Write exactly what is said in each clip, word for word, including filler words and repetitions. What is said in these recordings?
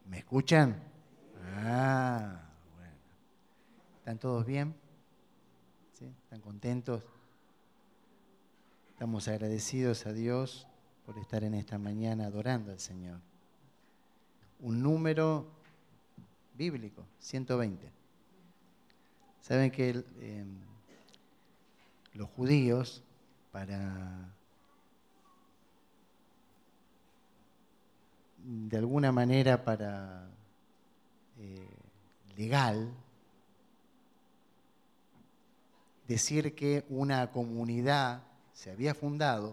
¿Me escuchan? Ah, bueno. ¿Están todos bien? ¿Sí? ¿Están contentos? Estamos agradecidos a Dios por estar en esta mañana adorando al Señor. Un número bíblico, ciento veinte. Saben que eh, los judíos, para de alguna manera para eh, legal, decir que una comunidad se había fundado,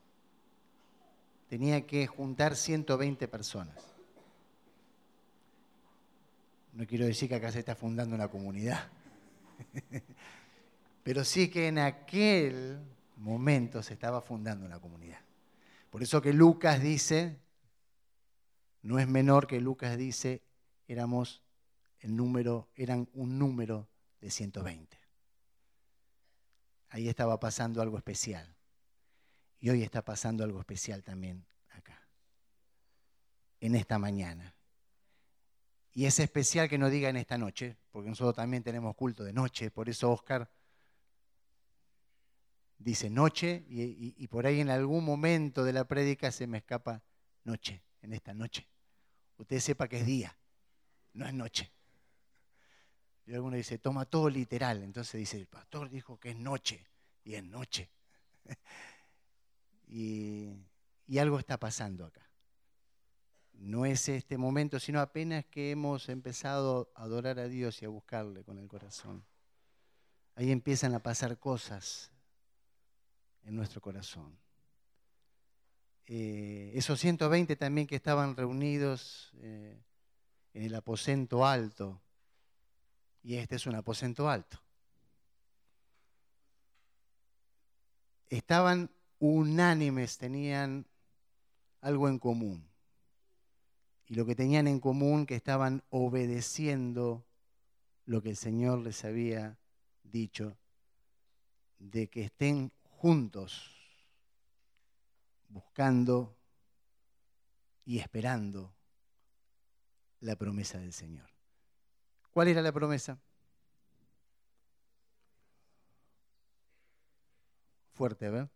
tenía que juntar ciento veinte personas. No quiero decir que acá se está fundando una comunidad, pero sí que en aquel momento se estaba fundando una comunidad. Por eso que Lucas dice, no es menor que Lucas dice, éramos el número, eran un número de ciento veinte. Ahí estaba pasando algo especial. Y hoy está pasando algo especial también acá, en esta mañana. Y es especial que no diga en esta noche, porque nosotros también tenemos culto de noche, por eso Oscar dice noche y, y, y por ahí en algún momento de la prédica se me escapa noche, en esta noche. Usted sepa que es día, no es noche. Y alguno dice, toma todo literal, entonces dice, el pastor dijo que es noche, y es noche. y, y algo está pasando acá. No es este momento, sino apenas que hemos empezado a adorar a Dios y a buscarle con el corazón. Ahí empiezan a pasar cosas en nuestro corazón. Eh, esos ciento veinte también que estaban reunidos eh, en el aposento alto, y este es un aposento alto, estaban unánimes, tenían algo en común. Y lo que tenían en común, que estaban obedeciendo lo que el Señor les había dicho, de que estén juntos, buscando y esperando la promesa del Señor. ¿Cuál era la promesa? Fuerte, ¿verdad?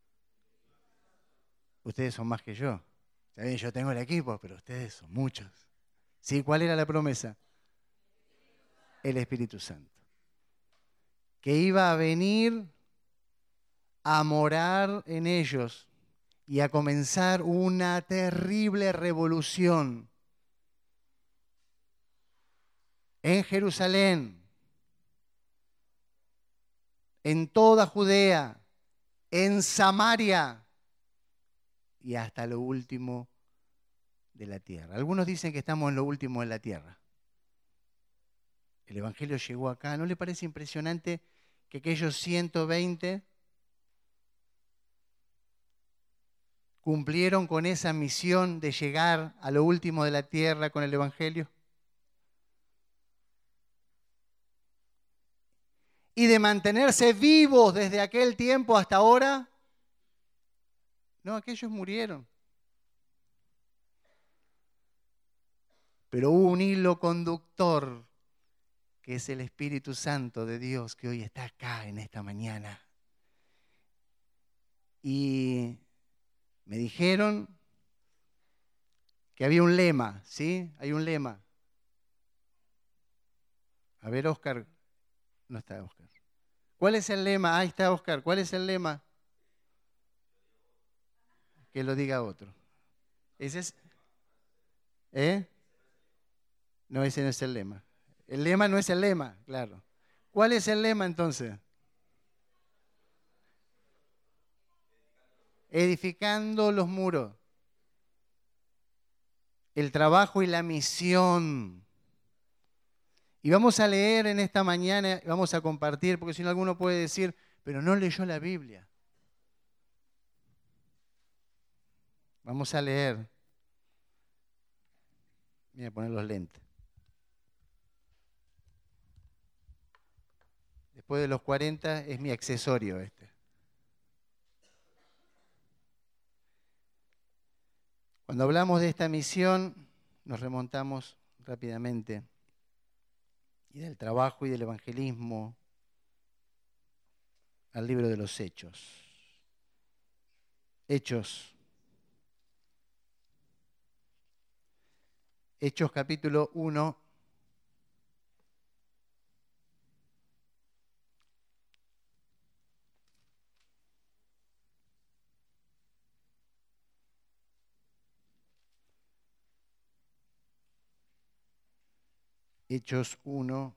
Ustedes son más que yo. Está bien, yo tengo el equipo, pero ustedes son muchos. ¿Sí? ¿Cuál era la promesa? El Espíritu Santo. Que iba a venir a morar en ellos y a comenzar una terrible revolución en Jerusalén, en toda Judea, en Samaria y hasta lo último de la tierra. Algunos dicen que estamos en lo último de la tierra. El Evangelio llegó acá. ¿No le parece impresionante que aquellos ciento veinte cumplieron con esa misión de llegar a lo último de la tierra con el Evangelio? Y de mantenerse vivos desde aquel tiempo hasta ahora. No, aquellos murieron. Pero hubo un hilo conductor, que es el Espíritu Santo de Dios, que hoy está acá en esta mañana. Y me dijeron que había un lema, ¿sí? Hay un lema. A ver, Oscar. No está Oscar. ¿Cuál es el lema? Ahí está Oscar. ¿Cuál es el lema? Que lo diga otro. ¿Ese es? ¿Eh? No, ese no es el lema. El lema no es el lema, claro. ¿Cuál es el lema entonces? Edificando los muros. El trabajo y la misión. Y vamos a leer en esta mañana, vamos a compartir, porque si no alguno puede decir, pero no leyó la Biblia. Vamos a leer. Voy a poner los lentes. Después de los cuarenta es mi accesorio este. Cuando hablamos de esta misión, nos remontamos rápidamente y del trabajo y del evangelismo al libro de los Hechos. Hechos. Hechos capítulo uno. Hechos uno.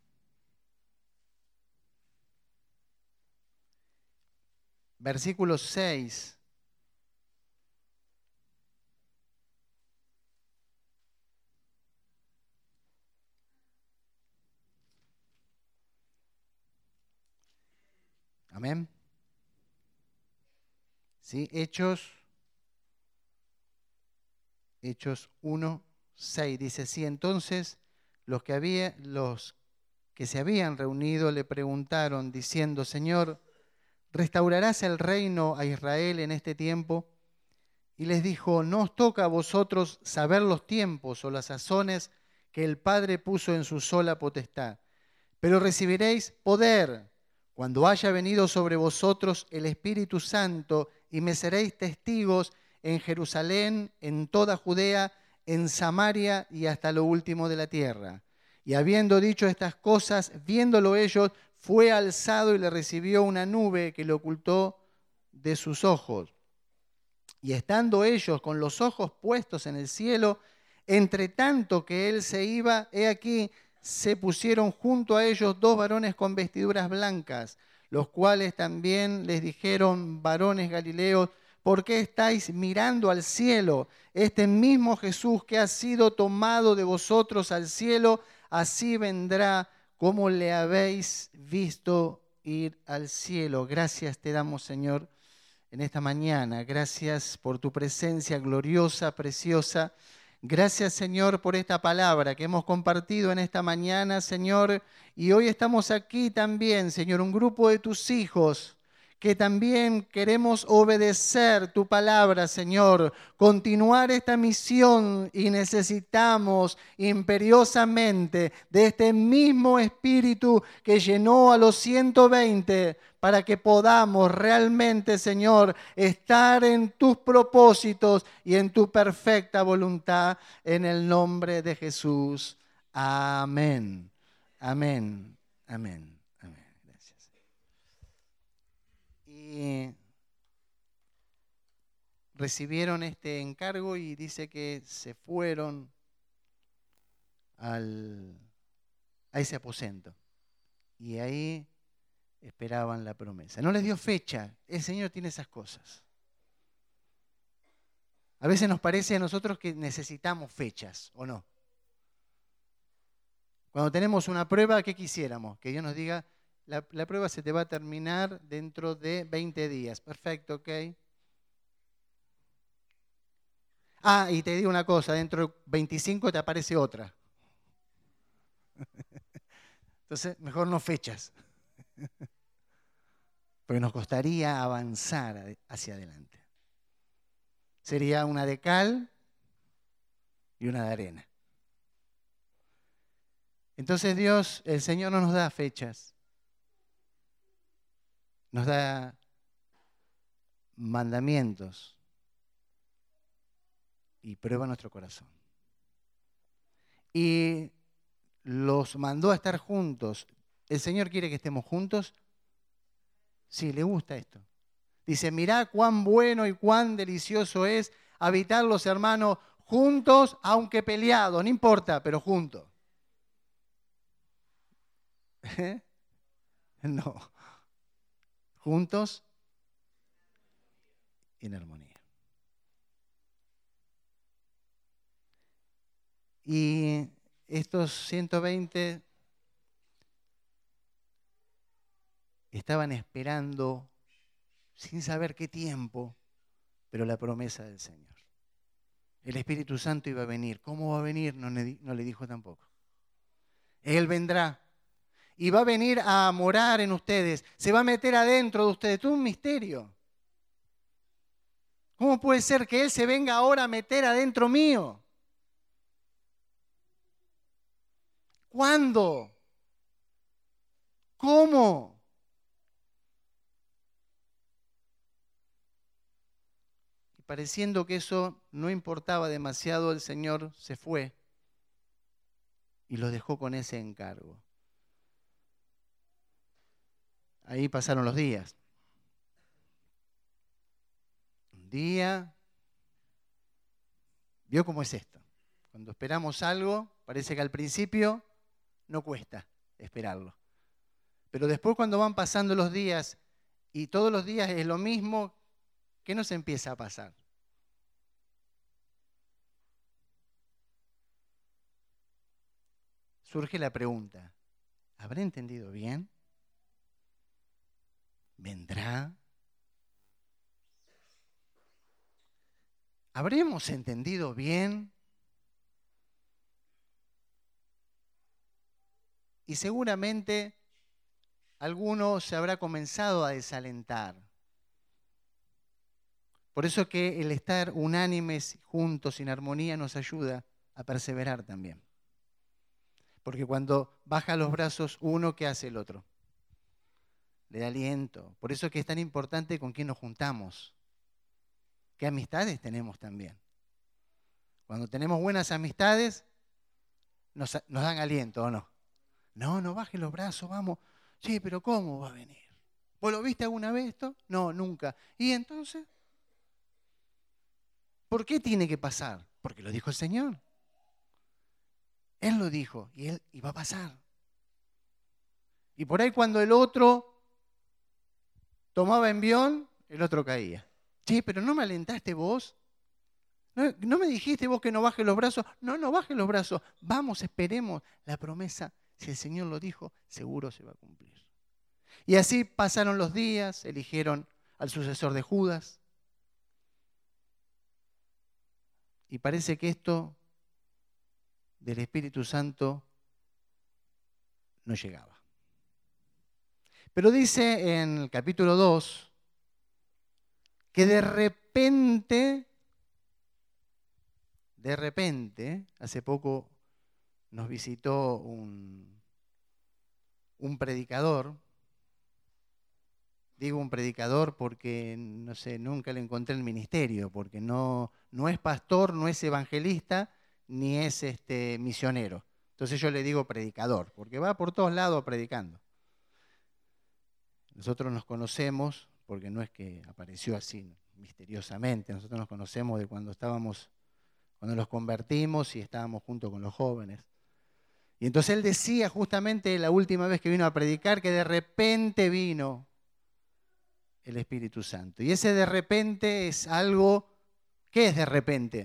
Versículo seis. Amén. ¿Sí? Hechos, Hechos uno, seis. Dice así: entonces los que, había, los que se habían reunido le preguntaron diciendo: Señor, ¿restaurarás el reino a Israel en este tiempo? Y les dijo: no os toca a vosotros saber los tiempos o las sazones que el Padre puso en su sola potestad, pero recibiréis poder cuando haya venido sobre vosotros el Espíritu Santo, y me seréis testigos en Jerusalén, en toda Judea, en Samaria y hasta lo último de la tierra. Y habiendo dicho estas cosas, viéndolo ellos, fue alzado y le recibió una nube que le ocultó de sus ojos. Y estando ellos con los ojos puestos en el cielo, entre tanto que él se iba, he aquí, se pusieron junto a ellos dos varones con vestiduras blancas, los cuales también les dijeron: varones galileos, ¿por qué estáis mirando al cielo? Este mismo Jesús que ha sido tomado de vosotros al cielo, así vendrá como le habéis visto ir al cielo. Gracias te damos, Señor, en esta mañana. Gracias por tu presencia gloriosa, preciosa. Gracias, Señor, por esta palabra que hemos compartido en esta mañana, Señor. Y hoy estamos aquí también, Señor, un grupo de tus hijos que también queremos obedecer tu palabra, Señor, continuar esta misión, y necesitamos imperiosamente de este mismo Espíritu que llenó a los ciento veinte para que podamos realmente, Señor, estar en tus propósitos y en tu perfecta voluntad, en el nombre de Jesús. Amén. Amén. Amén. Y recibieron este encargo y dice que se fueron al, a ese aposento. Y ahí esperaban la promesa. No les dio fecha. El Señor tiene esas cosas. A veces nos parece a nosotros que necesitamos fechas, ¿o no? Cuando tenemos una prueba, ¿qué quisiéramos? Que Dios nos diga: La, la prueba se te va a terminar dentro de veinte días. Perfecto, ok. Ah, y te digo una cosa, dentro de veinticinco te aparece otra. Entonces, mejor no fechas. Porque nos costaría avanzar hacia adelante. Sería una de cal y una de arena. Entonces Dios, el Señor, no nos da fechas. Nos da mandamientos y prueba nuestro corazón. Y los mandó a estar juntos. ¿El Señor quiere que estemos juntos? Sí, le gusta esto. Dice: mirá cuán bueno y cuán delicioso es habitar los hermanos juntos, aunque peleados, no importa, pero juntos. ¿Eh? No. Juntos y en armonía. Y estos ciento veinte estaban esperando, sin saber qué tiempo, pero la promesa del Señor. El Espíritu Santo iba a venir. ¿Cómo va a venir? No le, no le dijo tampoco. Él vendrá. Y va a venir a morar en ustedes. Se va a meter adentro de ustedes. Todo un misterio. ¿Cómo puede ser que Él se venga ahora a meter adentro mío? ¿Cuándo? ¿Cómo? Y pareciendo que eso no importaba demasiado, el Señor se fue y los dejó con ese encargo. Ahí pasaron los días. Un día, ¿vio cómo es esto? Cuando esperamos algo, parece que al principio no cuesta esperarlo. Pero después cuando van pasando los días y todos los días es lo mismo, ¿qué nos empieza a pasar? Surge la pregunta, ¿habré entendido bien? ¿Vendrá? ¿Habremos entendido bien? Y seguramente alguno se habrá comenzado a desalentar. Por eso que el estar unánimes, juntos, en armonía, nos ayuda a perseverar también. Porque cuando baja los brazos uno, ¿qué hace el otro? Le da aliento. Por eso es que es tan importante con quién nos juntamos. ¿Qué amistades tenemos también? Cuando tenemos buenas amistades, nos, nos dan aliento, ¿o no? No, no baje los brazos, vamos. Sí, pero ¿cómo va a venir? ¿Vos lo viste alguna vez esto? No, nunca. ¿Y entonces? ¿Por qué tiene que pasar? Porque lo dijo el Señor. Él lo dijo y él iba a pasar. Y por ahí cuando el otro tomaba envión, el otro caía. Sí, pero ¿no me alentaste vos? ¿No, no me dijiste vos que no baje los brazos? No, no baje los brazos. Vamos, esperemos. La promesa, si el Señor lo dijo, seguro se va a cumplir. Y así pasaron los días, eligieron al sucesor de Judas. Y parece que esto del Espíritu Santo no llegaba. Pero dice en el capítulo dos que de repente, de repente, hace poco nos visitó un, un predicador. Digo un predicador porque, no sé, nunca le encontré el ministerio, porque no, no es pastor, no es evangelista, ni es este, misionero. Entonces yo le digo predicador, porque va por todos lados predicando. Nosotros nos conocemos, porque no es que apareció así misteriosamente, nosotros nos conocemos de cuando estábamos, cuando nos convertimos y estábamos junto con los jóvenes. Y entonces él decía justamente la última vez que vino a predicar que de repente vino el Espíritu Santo. Y ese de repente es algo, ¿qué es de repente?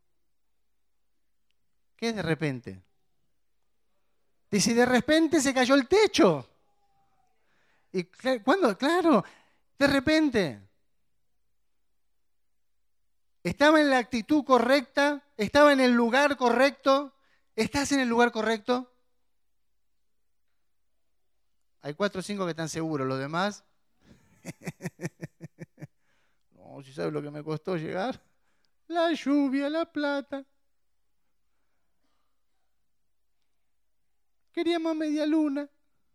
¿Qué es de repente? Dice, de repente se cayó el techo. ¿Y cuándo? Claro, de repente. Estaba en la actitud correcta, estaba en el lugar correcto. ¿Estás en el lugar correcto? Hay cuatro o cinco que están seguros, los demás. No, si sabes lo que me costó llegar. La lluvia, la plata. Queríamos media luna.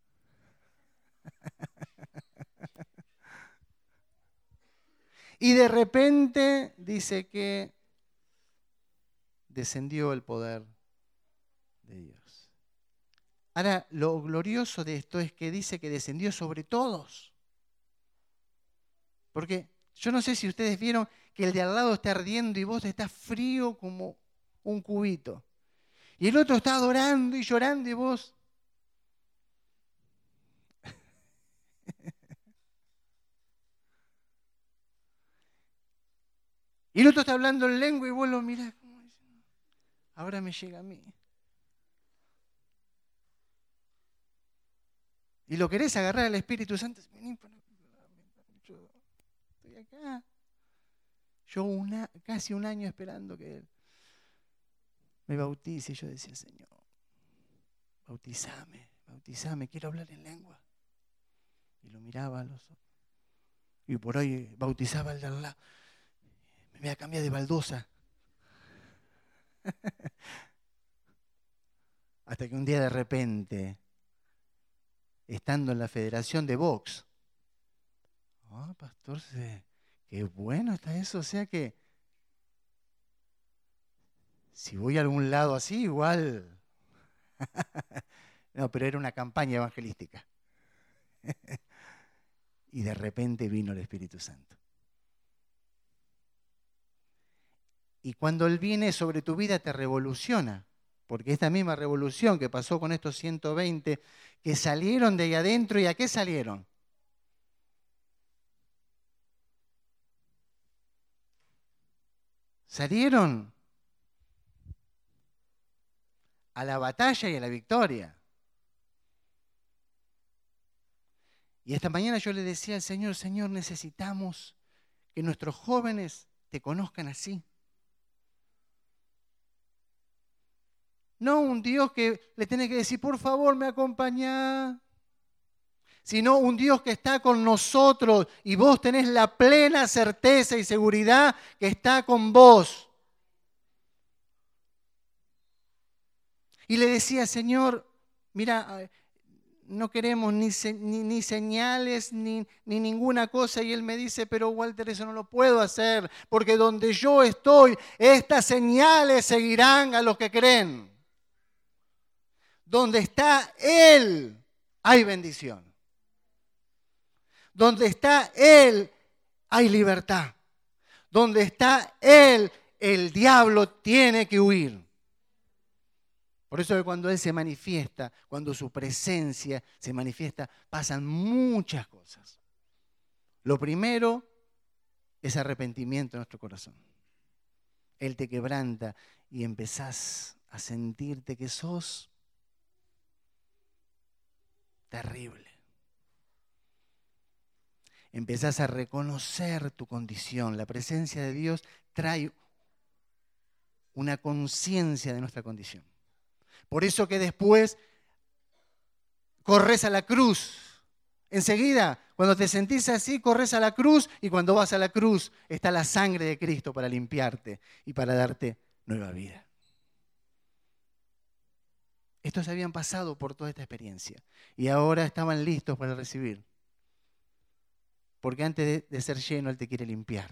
Y de repente dice que descendió el poder de Dios. Ahora, lo glorioso de esto es que dice que descendió sobre todos. Porque yo no sé si ustedes vieron que el de al lado está ardiendo y vos estás frío como un cubito. Y el otro está adorando y llorando y vos... Y el otro está hablando en lengua y vos lo mirás como diciendo, ahora me llega a mí. Y lo querés agarrar al Espíritu Santo. Yo estoy acá. Yo una, casi un año esperando que Él me bautice. Y yo decía, Señor, bautizame, bautizame, quiero hablar en lengua. Y lo miraba a los ojos. Y por ahí bautizaba al de al lado. Me voy a cambiar de baldosa. Hasta que un día de repente, estando en la Federación de Box, ah, pastor, qué bueno está eso, o sea que si voy a algún lado así, igual. No, pero era una campaña evangelística. Y de repente vino el Espíritu Santo. Y cuando Él viene sobre tu vida te revoluciona. Porque esta misma revolución que pasó con estos ciento veinte que salieron de ahí adentro, ¿y a qué salieron? Salieron a la batalla y a la victoria. Y esta mañana yo le decía al Señor, Señor, necesitamos que nuestros jóvenes te conozcan así. No un Dios que le tiene que decir, por favor, me acompañá. Sino un Dios que está con nosotros y vos tenés la plena certeza y seguridad que está con vos. Y le decía, Señor, mira, no queremos ni, se, ni, ni señales ni, ni ninguna cosa. Y Él me dice, pero Walter, eso no lo puedo hacer, porque donde yo estoy, estas señales seguirán a los que creen. Donde está Él, hay bendición. Donde está Él, hay libertad. Donde está Él, el diablo tiene que huir. Por eso que cuando Él se manifiesta, cuando su presencia se manifiesta, pasan muchas cosas. Lo primero es arrepentimiento en nuestro corazón. Él te quebranta y empezás a sentirte que sos terrible. Empezás a reconocer tu condición. La presencia de Dios trae una conciencia de nuestra condición. Por eso que después corres a la cruz. Enseguida, cuando te sentís así, corres a la cruz y cuando vas a la cruz está la sangre de Cristo para limpiarte y para darte nueva vida. Estos habían pasado por toda esta experiencia y ahora estaban listos para recibir. Porque antes de, de ser lleno, Él te quiere limpiar.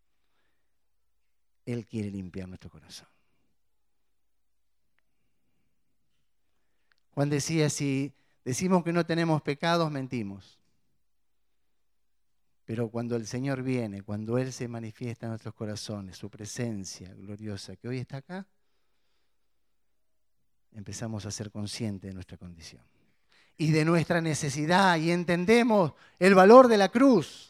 Él quiere limpiar nuestro corazón. Juan decía, si decimos que no tenemos pecados, mentimos. Pero cuando el Señor viene, cuando Él se manifiesta en nuestros corazones, su presencia gloriosa que hoy está acá, empezamos a ser conscientes de nuestra condición y de nuestra necesidad y entendemos el valor de la cruz.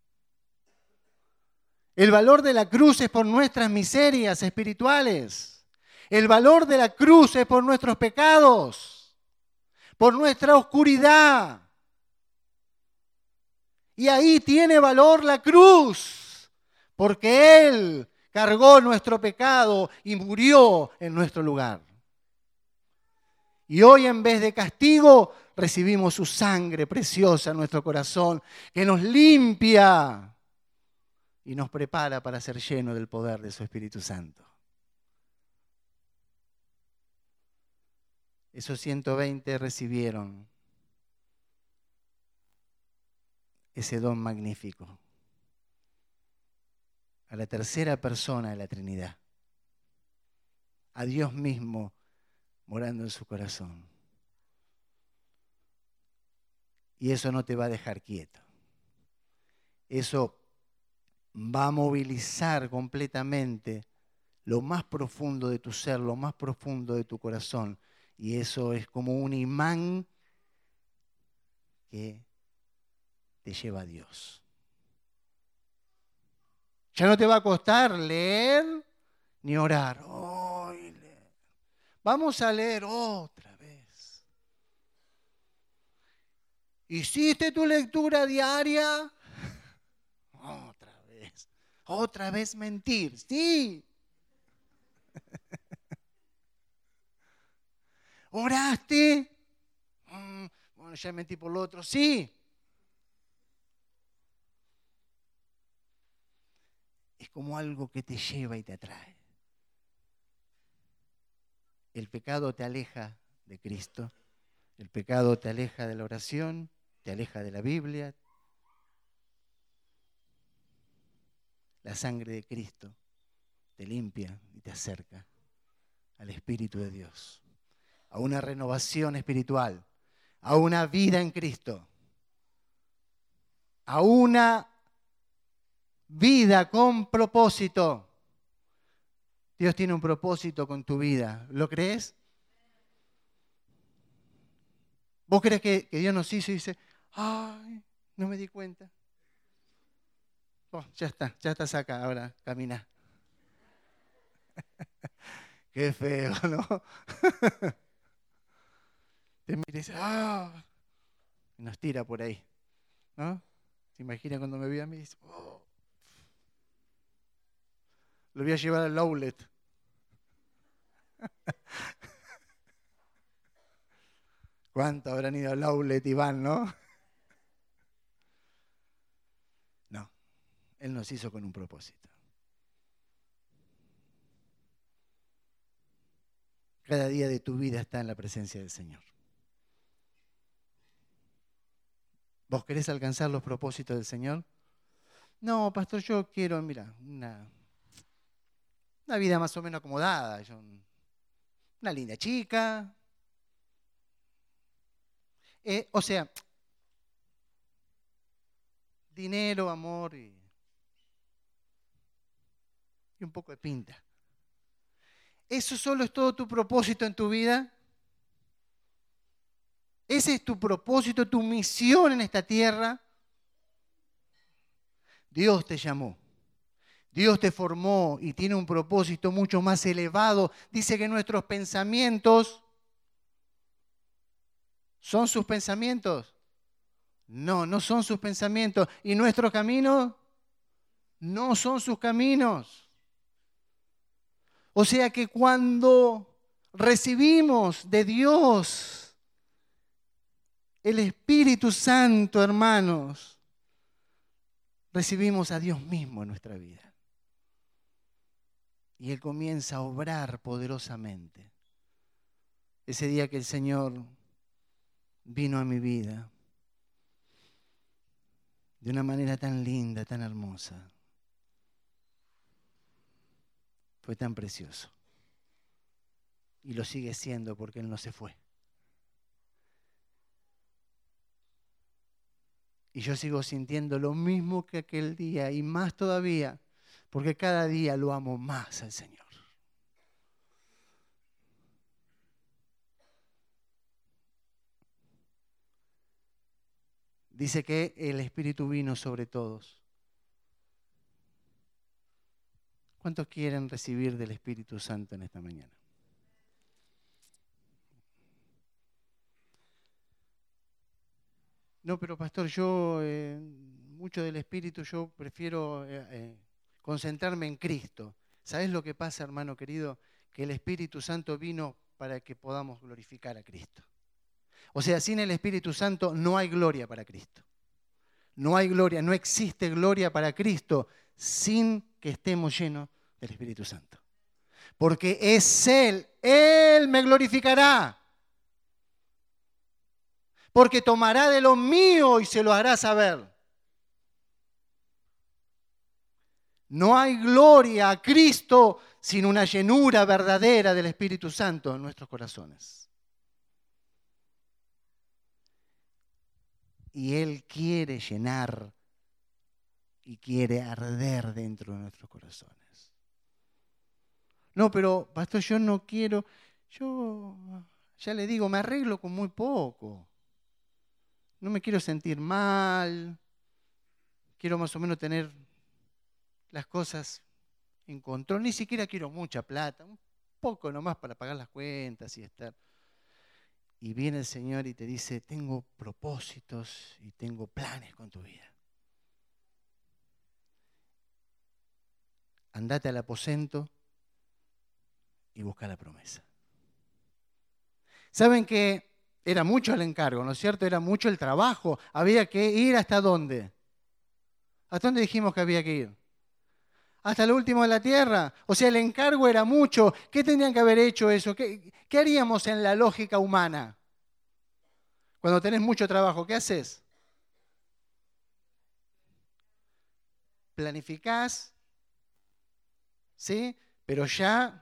El valor de la cruz es por nuestras miserias espirituales. El valor de la cruz es por nuestros pecados, por nuestra oscuridad. Y ahí tiene valor la cruz, porque Él cargó nuestro pecado y murió en nuestro lugar. Y hoy en vez de castigo, recibimos su sangre preciosa en nuestro corazón, que nos limpia y nos prepara para ser llenos del poder de su Espíritu Santo. Esos ciento veinte recibieron ese don magnífico, a la tercera persona de la Trinidad, a Dios mismo morando en su corazón. Y eso no te va a dejar quieto. Eso va a movilizar completamente lo más profundo de tu ser, lo más profundo de tu corazón. Y eso es como un imán que te lleva a Dios. Ya no te va a costar leer ni orar. Oh, leer. Vamos a leer otra vez. ¿Hiciste tu lectura diaria? Otra vez. Otra vez mentir. Sí. ¿Oraste? Mm, bueno, ya mentí por lo otro. Sí. Es como algo que te lleva y te atrae. El pecado te aleja de Cristo. El pecado te aleja de la oración, te aleja de la Biblia. La sangre de Cristo te limpia y te acerca al Espíritu de Dios, a una renovación espiritual, a una vida en Cristo, a una vida con propósito. Dios tiene un propósito con tu vida. ¿Lo crees? ¿Vos crees que, que Dios nos hizo y dice, ay, no me di cuenta? Oh, ya está, ya estás acá, ahora camina. Qué feo, ¿no? Te mira y dice, ah, y nos tira por ahí, ¿no? ¿Se imagina cuando me ve a mí y dice, oh, lo voy a llevar al outlet? ¿Cuánto habrán ido al outlet y van, no? No, Él nos hizo con un propósito. Cada día de tu vida está en la presencia del Señor. ¿Vos querés alcanzar los propósitos del Señor? No, pastor, yo quiero, mira, una, una vida más o menos acomodada. Yo, una linda chica. Eh, o sea, dinero, amor y, y un poco de pinta. ¿Eso solo es todo tu propósito en tu vida? ¿Ese es tu propósito, tu misión en esta tierra? Dios te llamó, Dios te formó y tiene un propósito mucho más elevado. Dice que nuestros pensamientos son sus pensamientos. No, no son sus pensamientos. ¿Y nuestros caminos? No son sus caminos. O sea que cuando recibimos de Dios el Espíritu Santo, hermanos, recibimos a Dios mismo en nuestra vida. Y Él comienza a obrar poderosamente. Ese día que el Señor vino a mi vida de una manera tan linda, tan hermosa, fue tan precioso. Y lo sigue siendo porque Él no se fue. Y yo sigo sintiendo lo mismo que aquel día y más todavía, porque cada día lo amo más al Señor. Dice que el Espíritu vino sobre todos. ¿Cuántos quieren recibir del Espíritu Santo en esta mañana? No, pero pastor, yo, eh, mucho del Espíritu, yo prefiero eh, eh, concentrarme en Cristo. ¿Sabes lo que pasa, hermano querido? Que el Espíritu Santo vino para que podamos glorificar a Cristo. O sea, sin el Espíritu Santo no hay gloria para Cristo. No hay gloria, no existe gloria para Cristo sin que estemos llenos del Espíritu Santo. Porque es Él, Él me glorificará. Porque tomará de lo mío y se lo hará saber. No hay gloria a Cristo sin una llenura verdadera del Espíritu Santo en nuestros corazones. Y Él quiere llenar y quiere arder dentro de nuestros corazones. No, pero pastor, yo no quiero, yo ya le digo, me arreglo con muy poco. No me quiero sentir mal, quiero más o menos tener las cosas en control, ni siquiera quiero mucha plata, un poco nomás para pagar las cuentas y estar. Y viene el Señor y te dice, tengo propósitos y tengo planes con tu vida. Andate al aposento y busca la promesa. ¿Saben que era mucho el encargo, ¿no es cierto? Era mucho el trabajo. Había que ir hasta dónde. ¿Hasta dónde dijimos que había que ir? hasta lo último de la tierra. O sea, el encargo era mucho. ¿Qué tendrían que haber hecho eso? ¿Qué, qué haríamos en la lógica humana? Cuando tenés mucho trabajo, ¿qué haces? Planificás, ¿sí? Pero ya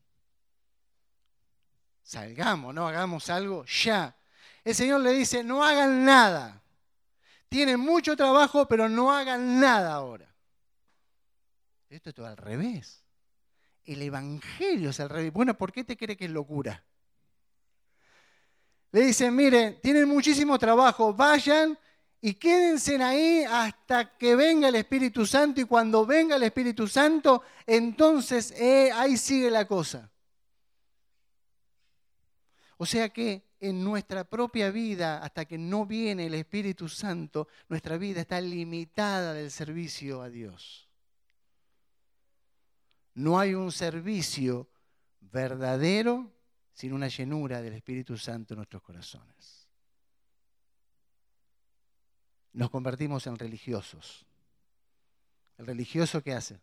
salgamos, ¿no? Hagamos algo ya. El Señor le dice, no hagan nada. Tienen mucho trabajo, pero no hagan nada ahora. Esto es todo al revés. El Evangelio es al revés. Bueno, ¿por qué te cree que es locura? Le dicen, miren, tienen muchísimo trabajo, vayan y quédense ahí hasta que venga el Espíritu Santo, y cuando venga el Espíritu Santo, entonces eh, ahí sigue la cosa. O sea que en nuestra propia vida, hasta que no viene el Espíritu Santo, nuestra vida está limitada del servicio a Dios. No hay un servicio verdadero sin una llenura del Espíritu Santo en nuestros corazones. Nos convertimos en religiosos. ¿El religioso qué hace?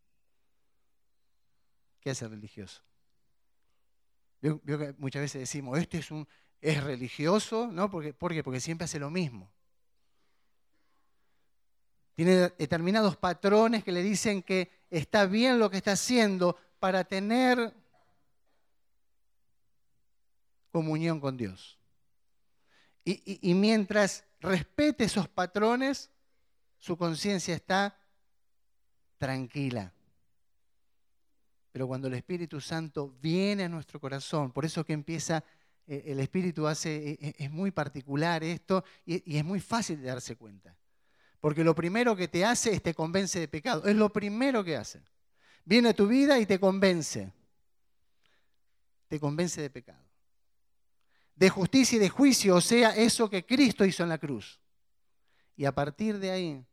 ¿Qué hace el religioso? Veo, veo que muchas veces decimos, este es un es religioso, ¿no? ¿Por qué? ¿Por qué? Porque siempre hace lo mismo. Tiene determinados patrones que le dicen que está bien lo que está haciendo para tener comunión con Dios. Y, y, y mientras respete esos patrones, su conciencia está tranquila. Pero cuando el Espíritu Santo viene a nuestro corazón, por eso que empieza, eh, el Espíritu hace, eh, es muy particular esto y, y es muy fácil de darse cuenta. Porque lo primero que te hace es te convence de pecado. Es lo primero que hace. Viene a tu vida y te convence. Te convence de pecado. De justicia y de juicio, o sea, eso que Cristo hizo en la cruz. Y a partir de ahí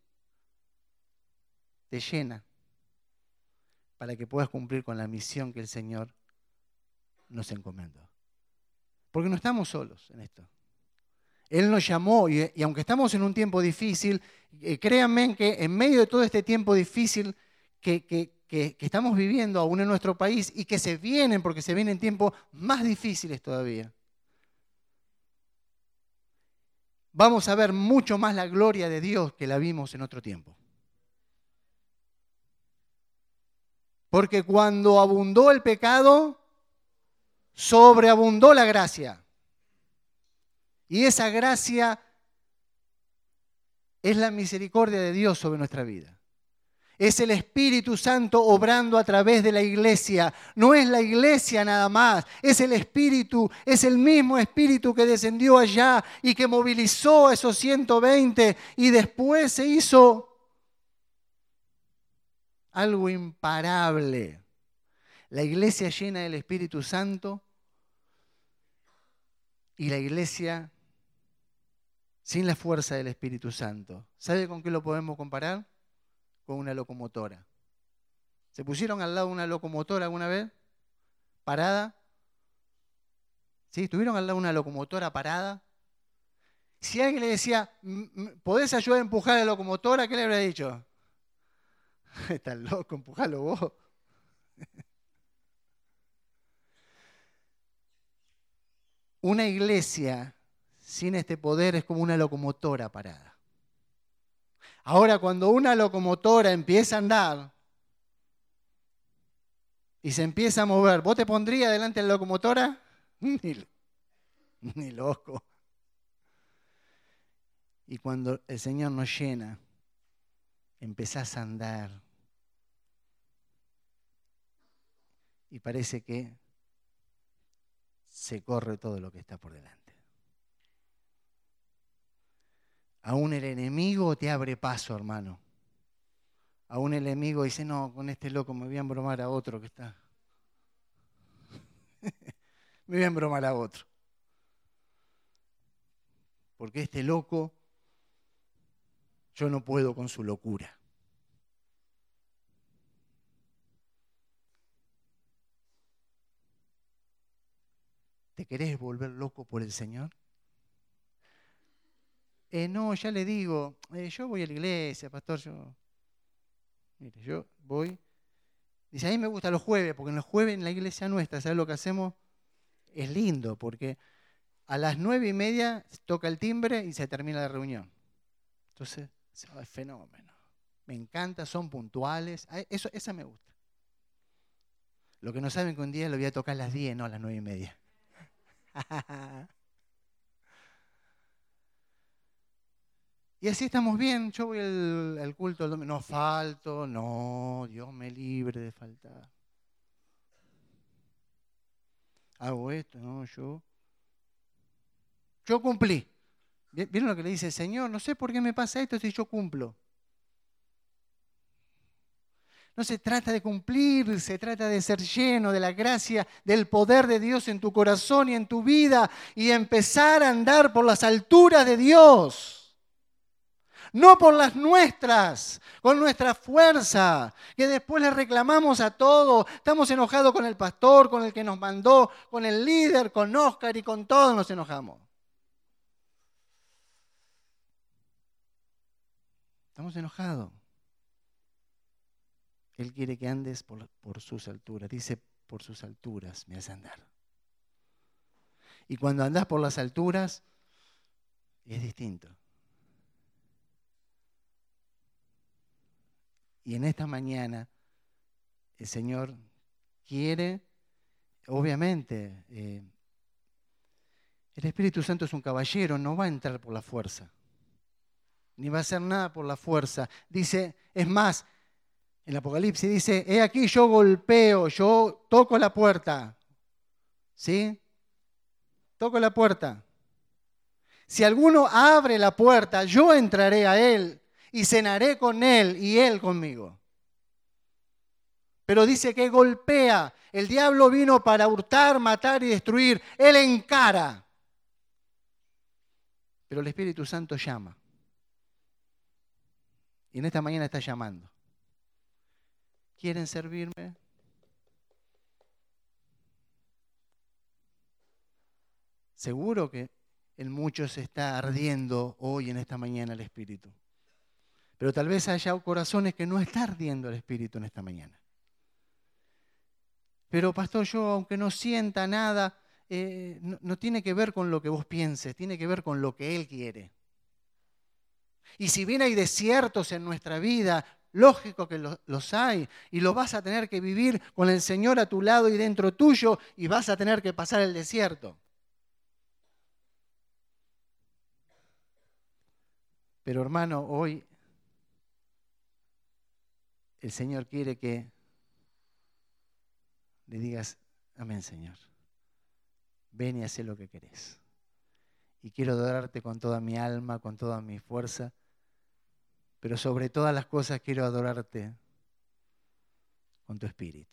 te llena para que puedas cumplir con la misión que el Señor nos encomendó. Porque no estamos solos en esto. Él nos llamó y, y aunque estamos en un tiempo difícil, eh, créanme que en medio de todo este tiempo difícil que, que, que, que estamos viviendo aún en nuestro país y que se vienen, porque se vienen tiempos más difíciles todavía, vamos a ver mucho más la gloria de Dios que la vimos en otro tiempo. Porque cuando abundó el pecado, sobreabundó la gracia. Y esa gracia es la misericordia de Dios sobre nuestra vida. Es el Espíritu Santo obrando a través de la iglesia. No es la iglesia nada más, es el Espíritu, es el mismo Espíritu que descendió allá y que movilizó a esos ciento veinte y después se hizo algo imparable. La iglesia llena del Espíritu Santo y la iglesia sin la fuerza del Espíritu Santo. ¿Sabe con qué lo podemos comparar? Con una locomotora. ¿Se pusieron al lado de una locomotora alguna vez? ¿Parada? ¿Sí? ¿Estuvieron al lado de una locomotora parada? Si alguien le decía, ¿podés ayudar a empujar a la locomotora? ¿Qué le habría dicho? Estás loco, empujalo vos. Una iglesia sin este poder es como una locomotora parada. Ahora, cuando una locomotora empieza a andar y se empieza a mover, ¿vos te pondrías delante de la locomotora? Ni, ni loco. Y cuando el Señor nos llena, empezás a andar y parece que se corre todo lo que está por delante. Aún el enemigo te abre paso, hermano. Aún el enemigo dice, no, con este loco me voy a embromar a otro que está. Me voy a embromar a otro. Porque este loco, yo no puedo con su locura. ¿Te querés volver loco por el Señor? Eh, no, ya le digo, eh, yo voy a la iglesia, pastor, yo, mire, yo voy Dice, a mí me gustan los jueves, porque en los jueves en la iglesia nuestra, ¿sabes lo que hacemos? Es lindo, porque a las nueve y media toca el timbre y se termina la reunión. Entonces, es fenómeno. Me encanta, son puntuales. Eso, esa me gusta. Lo que no saben que un día lo voy a tocar a las diez, no a las nueve y media. Y así estamos bien. Yo voy al, al culto el domingo. No falto, no, Dios me libre de faltar. Hago esto, no, yo. Yo cumplí. ¿Vieron lo que le dice el Señor? No sé por qué me pasa esto si yo cumplo. No se trata de cumplir, se trata de ser lleno de la gracia, del poder de Dios en tu corazón y en tu vida y empezar a andar por las alturas de Dios. No por las nuestras, con nuestra fuerza, que después le reclamamos a todo. Estamos enojados con el pastor, con el que nos mandó, con el líder, con Oscar y con todos nos enojamos. Estamos enojados. Él quiere que andes por, por sus alturas. Dice, por sus alturas me hace andar. Y cuando andás por las alturas, es distinto. Y en esta mañana, el Señor quiere, obviamente, eh, el Espíritu Santo es un caballero, no va a entrar por la fuerza. Ni va a hacer nada por la fuerza. Dice, es más, en el Apocalipsis dice, he aquí yo golpeo, yo toco la puerta. ¿Sí? Toco la puerta. Si alguno abre la puerta, yo entraré a él y cenaré con él y él conmigo. Pero dice que golpea. El diablo vino para hurtar, matar y destruir. Él encara. Pero el Espíritu Santo llama. Y en esta mañana está llamando. ¿Quieren servirme? Seguro que en muchos está ardiendo hoy en esta mañana el Espíritu. Pero tal vez haya corazones que no está ardiendo el Espíritu en esta mañana. Pero pastor, yo aunque no sienta nada, eh, no, no tiene que ver con lo que vos pienses, tiene que ver con lo que Él quiere. Y si bien hay desiertos en nuestra vida, lógico que los, los hay, y los vas a tener que vivir con el Señor a tu lado y dentro tuyo, y vas a tener que pasar el desierto. Pero hermano, hoy el Señor quiere que le digas, amén Señor, ven y haz lo que querés. Y quiero adorarte con toda mi alma, con toda mi fuerza, pero sobre todas las cosas quiero adorarte con tu espíritu.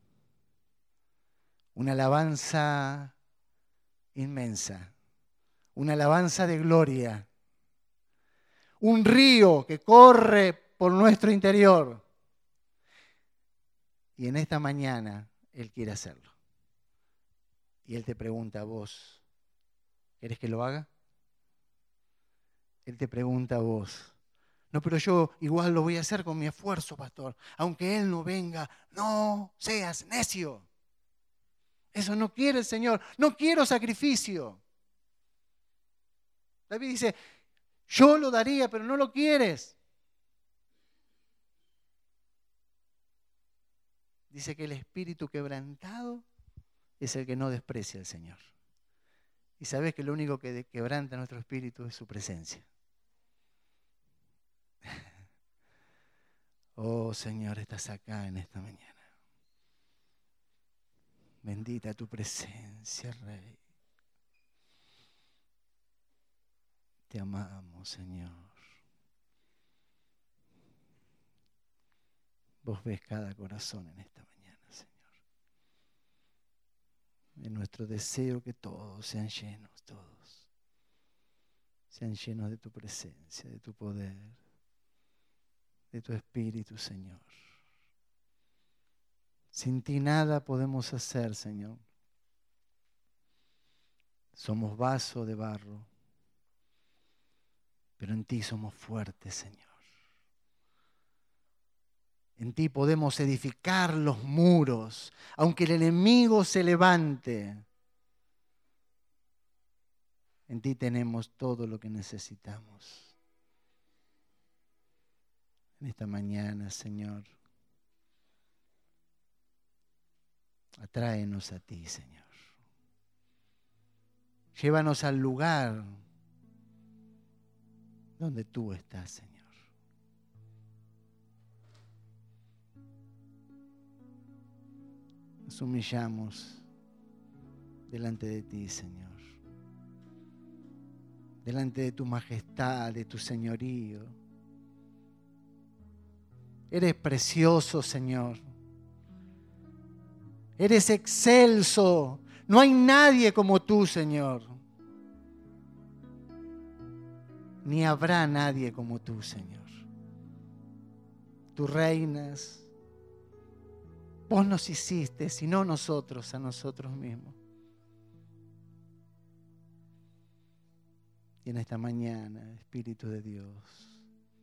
Una alabanza inmensa, una alabanza de gloria, un río que corre por nuestro interior. Y en esta mañana Él quiere hacerlo. Y Él te pregunta a vos, ¿querés que lo haga? Él te pregunta a vos. No, pero yo igual lo voy a hacer con mi esfuerzo, pastor. Aunque Él no venga, no seas necio. Eso no quiere el Señor. No quiero sacrificio. David dice, yo lo daría, pero no lo quieres. Dice que el espíritu quebrantado es el que no desprecia al Señor. Y sabes que lo único que quebranta nuestro espíritu es su presencia. Oh Señor, estás acá en esta mañana. Bendita tu presencia, Rey. Te amamos, Señor. Vos ves cada corazón en esta mañana, Señor. Es nuestro deseo que todos sean llenos, todos. Sean llenos de tu presencia, de tu poder, de tu espíritu, Señor. Sin ti nada podemos hacer, Señor. Somos vaso de barro, pero en ti somos fuertes, Señor. En ti podemos edificar los muros, aunque el enemigo se levante. En ti tenemos todo lo que necesitamos. En esta mañana, Señor, atráenos a ti, Señor. Llévanos al lugar donde tú estás, Señor. Nos humillamos delante de ti, Señor. Delante de tu majestad, de tu señorío. Eres precioso, Señor. Eres excelso. No hay nadie como tú, Señor. Ni habrá nadie como tú, Señor. Tú reinas. Vos nos hiciste, y no nosotros a nosotros mismos. Y en esta mañana, Espíritu de Dios,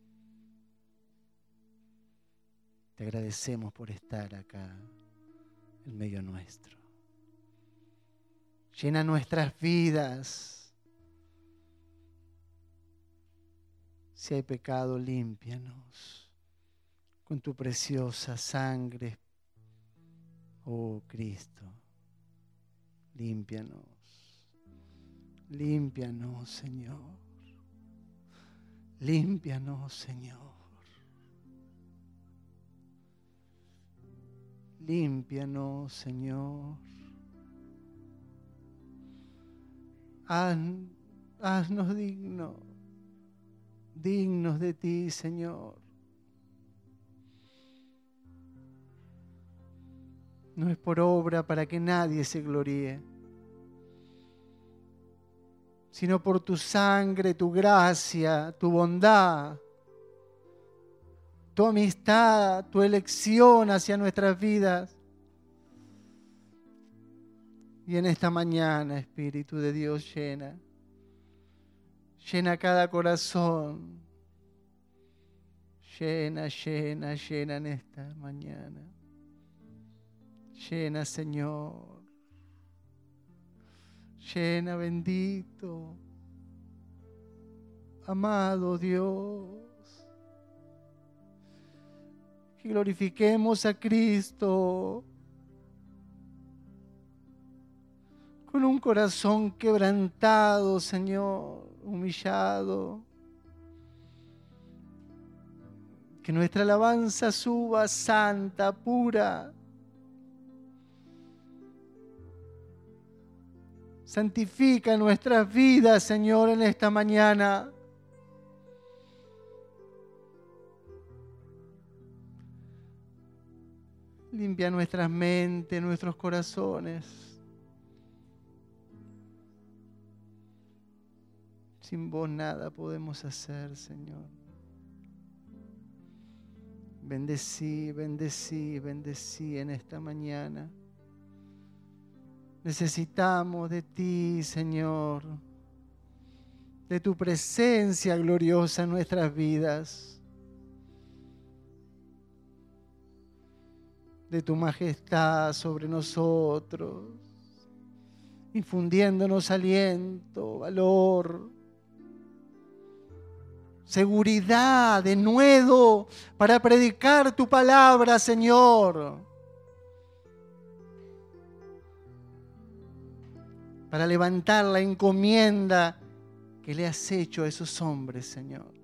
te agradecemos por estar acá en medio nuestro. Llena nuestras vidas. Si hay pecado, límpianos con tu preciosa sangre. Oh Cristo, límpianos. Límpianos, Señor. Límpianos, Señor. Límpianos, Señor. Haz, haznos dignos, dignos de ti, Señor. No es por obra para que nadie se gloríe, sino por tu sangre, tu gracia, tu bondad, tu amistad, tu elección hacia nuestras vidas. Y en esta mañana, Espíritu de Dios, llena, llena cada corazón, llena, llena, llena en esta mañana. Llena, Señor. Llena, bendito, amado Dios. Que glorifiquemos a Cristo con un corazón quebrantado, Señor, humillado. Que nuestra alabanza suba santa, pura. Santifica nuestras vidas, Señor, en esta mañana. Limpia nuestras mentes, nuestros corazones. Sin vos nada podemos hacer, Señor. Bendecí, bendecí, bendecí en esta mañana. Necesitamos de ti, Señor, de tu presencia gloriosa en nuestras vidas, de tu majestad sobre nosotros, infundiéndonos aliento, valor, seguridad, denuedo para predicar tu palabra, Señor. Para levantar la encomienda que le has hecho a esos hombres, Señor.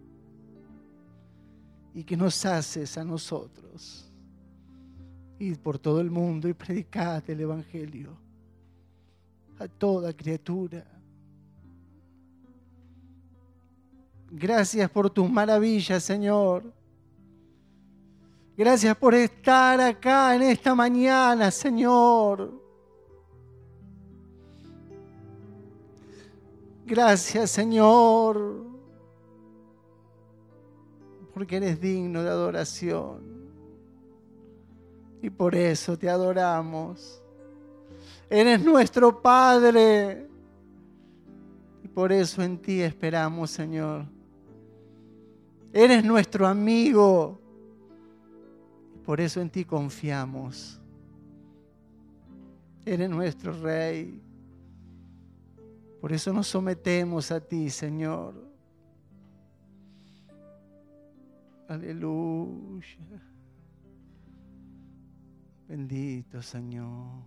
Y que nos haces a nosotros. Ir por todo el mundo y predicar el Evangelio a toda criatura. Gracias por tus maravillas, Señor. Gracias por estar acá en esta mañana, Señor. Gracias, Señor, porque eres digno de adoración. Y por eso te adoramos. Eres nuestro Padre. Y por eso en ti esperamos, Señor. Eres nuestro amigo. Por eso en ti confiamos. Eres nuestro Rey. Por eso nos sometemos a ti, Señor. Aleluya. Bendito Señor.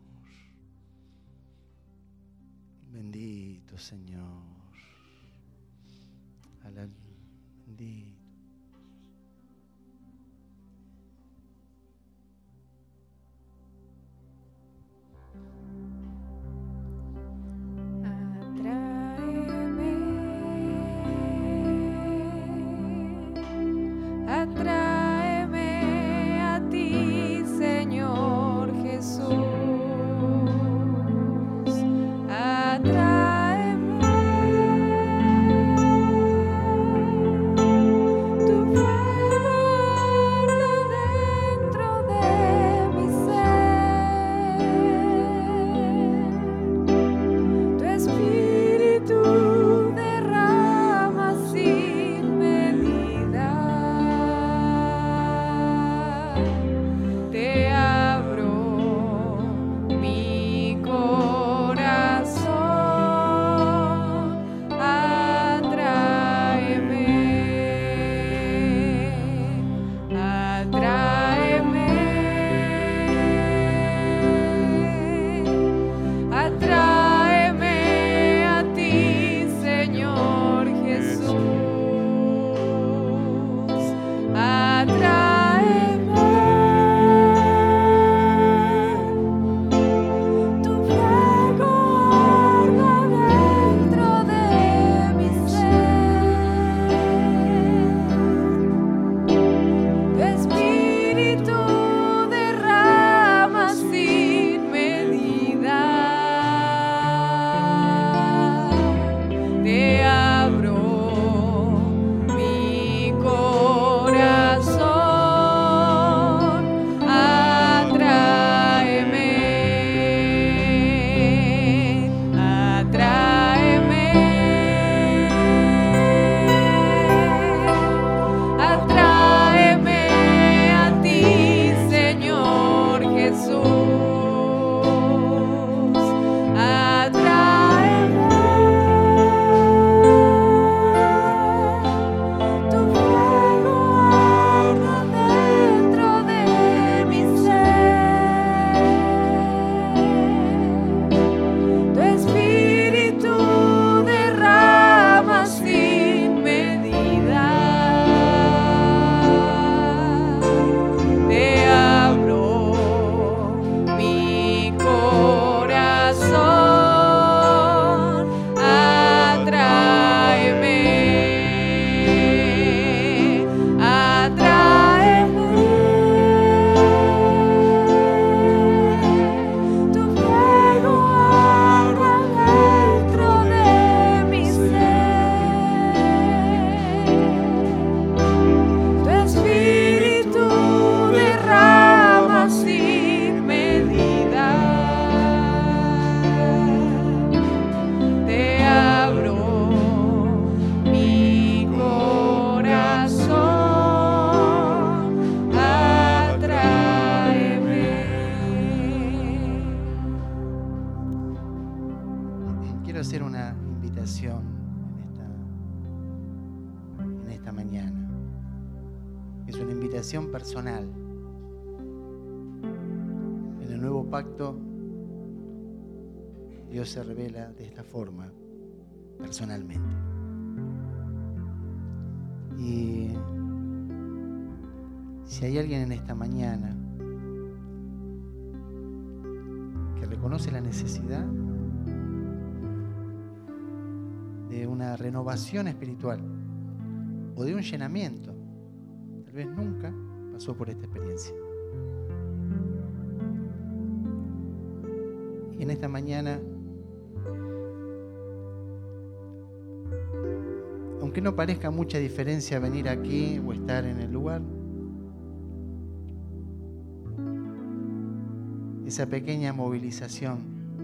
Bendito Señor. Alal- Bendito. Atráeme, atráeme a ti, Señor Jesús. Atráeme, tu fuego arda dentro de mi ser. Tu espíritu derrama sin medida. Te abro mi corazón. Atráeme, atráeme, atráeme a ti, Señor Jesús. Atráeme, tu fuego arda dentro de mi ser. Tu espíritu derrama sin medida. Te abro mi corazón. Atráeme, atráeme, atráeme a ti, Señor Jesús. Atráeme, tu fuego arda dentro de mi ser. Tu espíritu derrama sin medida. Te abro mi corazón. Atráeme, atráeme, tu fuego arda dentro de mi ser. Tu espíritu derrama sin medida. Te abro mi corazón. Atráeme. Quiero hacer una invitación en esta, en esta mañana. Es una invitación personal. En el nuevo pacto, Dios se revela de esta forma, personalmente. Y si hay alguien en esta mañana que reconoce la necesidad de una renovación espiritual o de un llenamiento, tal vez nunca pasó por esta experiencia. Y en esta mañana, aunque no parezca mucha diferencia venir aquí o estar en el lugar, esa pequeña movilización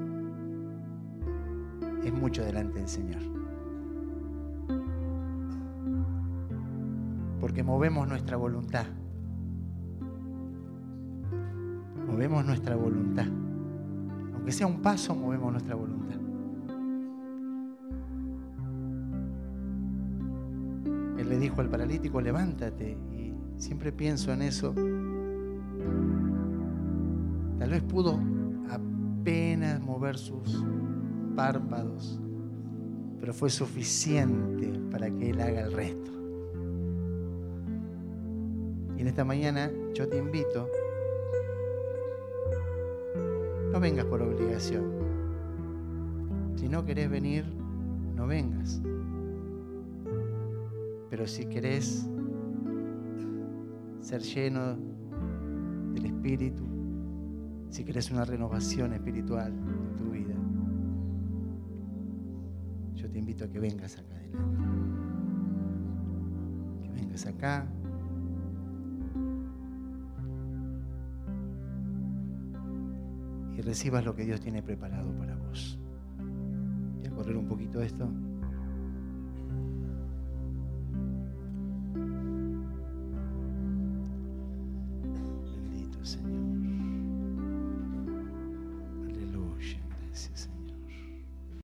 es mucho delante del Señor. Porque movemos nuestra voluntad movemos nuestra voluntad. Aunque sea un paso, movemos nuestra voluntad. Él le dijo al paralítico, levántate. Y siempre pienso en eso. Tal vez pudo apenas mover sus párpados, pero fue suficiente para que Él haga el resto. Y en esta mañana yo te invito, no vengas por obligación. Si no querés venir, no vengas. Pero si querés ser lleno del Espíritu, si querés una renovación espiritual en tu vida, yo te invito a que vengas acá adelante. Que vengas acá. Y recibas lo que Dios tiene preparado para vos. Voy a correr un poquito esto.